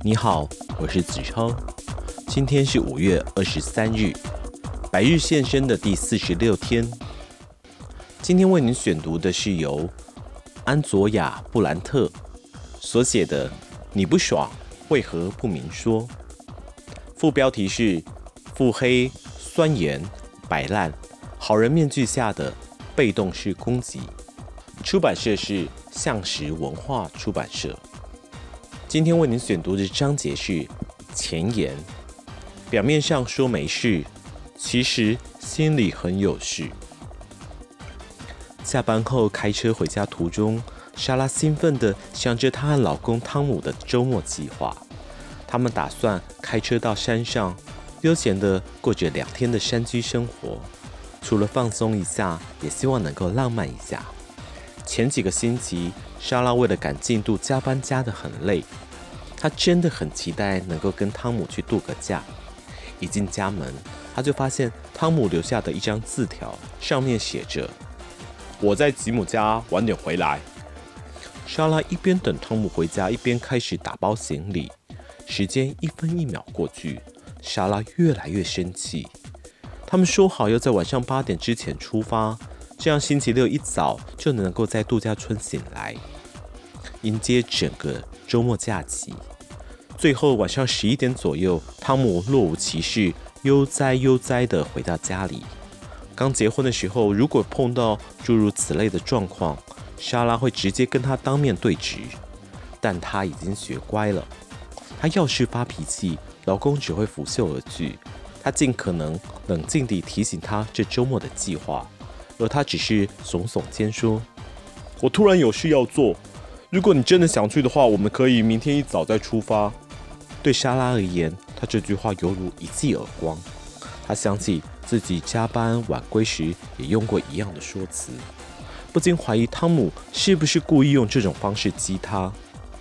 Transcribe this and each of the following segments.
你好，我是子超。今天是5月23日，百日现身的第46天。今天为您选读的是由安佐雅·布兰特所写的《你不爽，为何不明说》。副标题是腹黑、酸言、摆烂、好人面具下的被动式攻击。出版社是向实文化出版社。今天为您选读的章节是前言。表面上说没事，其实心里很有事。下班后开车回家途中，莎拉兴奋地想着她和老公汤姆的周末计划。他们打算开车到山上，悠闲地过着2天的山居生活。除了放松一下，也希望能够浪漫一下。前几个星期，莎拉为了赶进度加班加得很累。她真的很期待能够跟汤姆去度个假。一进家门，她就发现汤姆留下的一张字条，上面写着：“我在吉姆家，晚点回来。”莎拉一边等汤姆回家，一边开始打包行李。时间1分1秒过去，莎拉越来越生气。他们说好要在晚上8点之前出发，这样星期六一早就能够在度假村醒来，迎接整个周末假期。最后晚上11点左右，汤姆若无其事、悠哉地回到家里。刚结婚的时候，如果碰到诸如此类的状况，莎拉会直接跟他当面对质，但她已经学乖了。她要是发脾气，老公只会拂袖而去。她尽可能冷静地提醒他这周末的计划，而他只是耸耸肩说：“我突然有事要做，如果你真的想去的话，我们可以明天一早再出发。”对莎拉而言，他这句话犹如一记耳光。他想起自己加班晚归时也用过一样的说辞，不禁怀疑汤姆是不是故意用这种方式激他。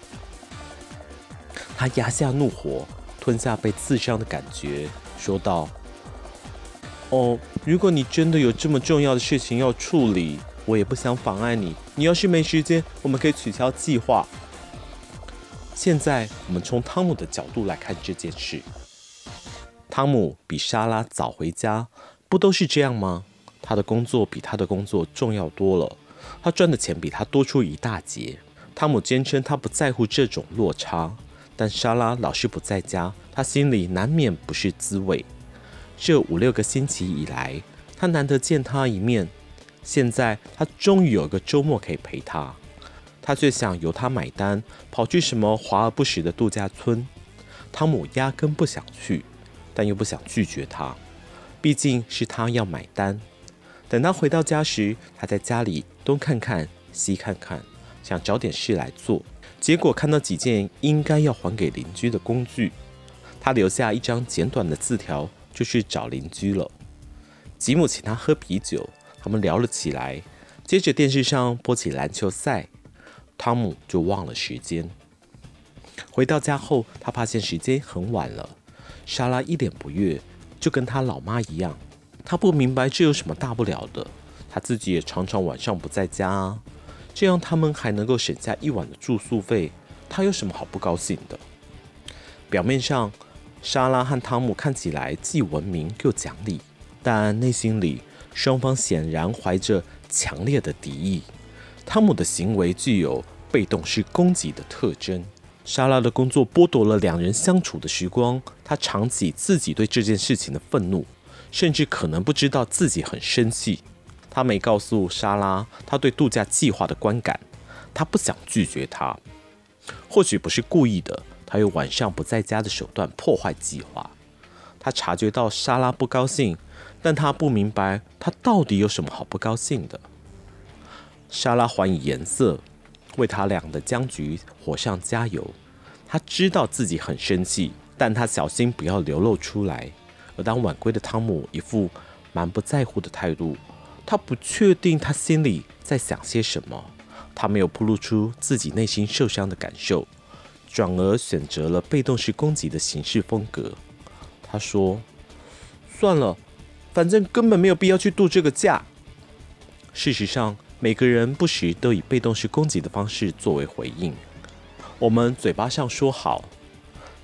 他压下怒火，吞下被刺伤的感觉，说道：“哦，如果你真的有这么重要的事情要处理，我也不想妨碍你。你要是没时间，我们可以取消计划。”现在我们从汤姆的角度来看这件事。汤姆比莎拉早回家，不都是这样吗？他的工作比他的工作重要多了，他赚的钱比他多出一大截。汤姆坚称他不在乎这种落差，但莎拉老是不在家，他心里难免不是滋味。这5-6个星期以来，他难得见她一面，现在他终于有个周末可以陪她。他却想由他买单，跑去什么华而不实的度假村。汤姆压根不想去，但又不想拒绝他，毕竟是他要买单。等他回到家时，他在家里东看看西看看，想找点事来做，结果看到几件应该要还给邻居的工具。他留下一张简短的字条，就去找邻居了。吉姆请他喝啤酒，他们聊了起来，接着电视上播起篮球赛。汤姆就忘了时间。回到家后，他发现时间很晚了。莎拉一脸不悦，就跟她老妈一样。她不明白这有什么大不了的，她自己也常常晚上不在家啊，这样他们还能够省下1晚的住宿费，她有什么好不高兴的？表面上，莎拉和汤姆看起来既文明又讲理，但内心里双方显然怀着强烈的敌意。汤姆的行为具有被动式攻击的特征。莎拉的工作剥夺了2人相处的时光，她藏起自己对这件事情的愤怒，甚至可能不知道自己很生气。她没告诉莎拉她对度假计划的观感，她不想拒绝她。或许不是故意的，她用晚上不在家的手段破坏计划。她察觉到莎拉不高兴，但她不明白她到底有什么好不高兴的。莎拉还以颜色，为他俩的僵局火上加油。她知道自己很生气，但她小心不要流露出来。而当晚归的汤姆一副蛮不在乎的态度，她不确定他心里在想些什么。他没有暴露出自己内心受伤的感受，转而选择了被动式攻击的行事风格。他说：“算了，反正根本没有必要去度这个假。”事实上，每个人不时都以被动式攻击的方式作为回应。我们嘴巴上说好，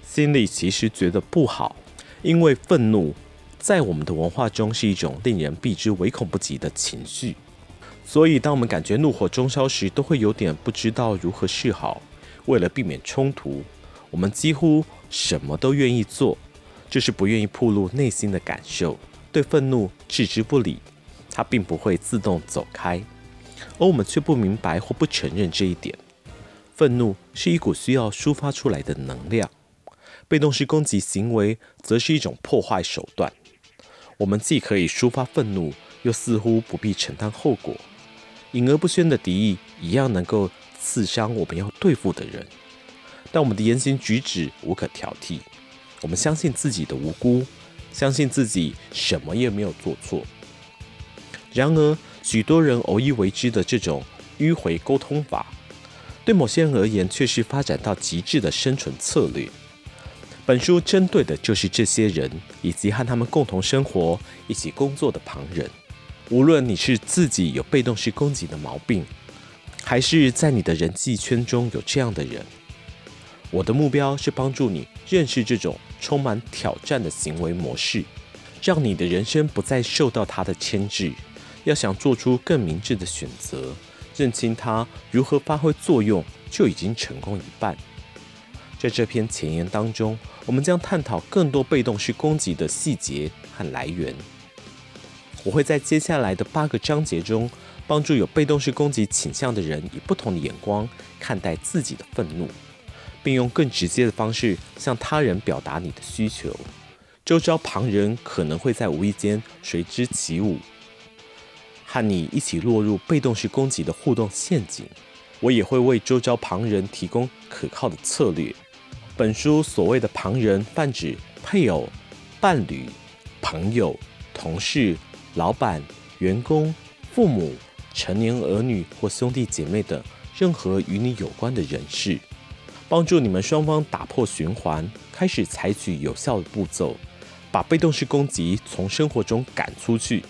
心里其实觉得不好，因为愤怒在我们的文化中是一种令人避之唯恐不及的情绪。所以当我们感觉怒火中烧时，都会有点不知道如何是好。为了避免冲突，我们几乎什么都愿意做，就是不愿意暴露内心的感受，对愤怒置之不理，它并不会自动走开，而我们却不明白或不承认这一点。愤怒是一股需要抒发出来的能量，被动式攻击行为则是一种破坏手段。我们既可以抒发愤怒，又似乎不必承担后果。隐而不宣的敌意一样能够刺伤我们要对付的人，但我们的言行举止无可挑剔。我们相信自己的无辜，相信自己什么也没有做错。然而，许多人偶一为之的这种迂回沟通法，对某些人而言却是发展到极致的生存策略。本书针对的就是这些人，以及和他们共同生活、一起工作的旁人。无论你是自己有被动式攻击的毛病，还是在你的人际圈中有这样的人，我的目标是帮助你认识这种充满挑战的行为模式，让你的人生不再受到它的牵制。要想做出更明智的选择，认清它如何发挥作用，就已经成功一半。在这篇前言当中，我们将探讨更多被动式攻击的细节和来源。我会在接下来的8个章节中，帮助有被动式攻击倾向的人以不同的眼光看待自己的愤怒，并用更直接的方式向他人表达你的需求。周遭旁人可能会在无意间随之起舞，和你一起落入被动式攻击的互动陷阱。我也会为周遭旁人提供可靠的策略。本书所谓的旁人，泛指配偶、伴侣、朋友、同事、老板、员工、父母、成年儿女或兄弟姐妹等任何与你有关的人士，帮助你们双方打破循环，开始采取有效的步骤，把被动式攻击从生活中赶出去。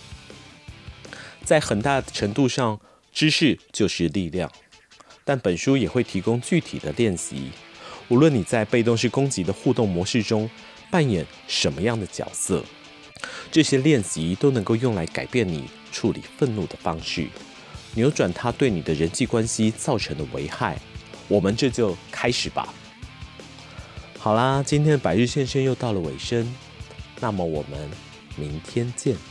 在很大程度上，知识就是力量，但本书也会提供具体的练习。无论你在被动式攻击的互动模式中扮演什么样的角色，这些练习都能够用来改变你处理愤怒的方式，扭转它对你的人际关系造成的危害。我们这就开始吧。好啦，今天的百日献身又到了尾声，那么我们明天见。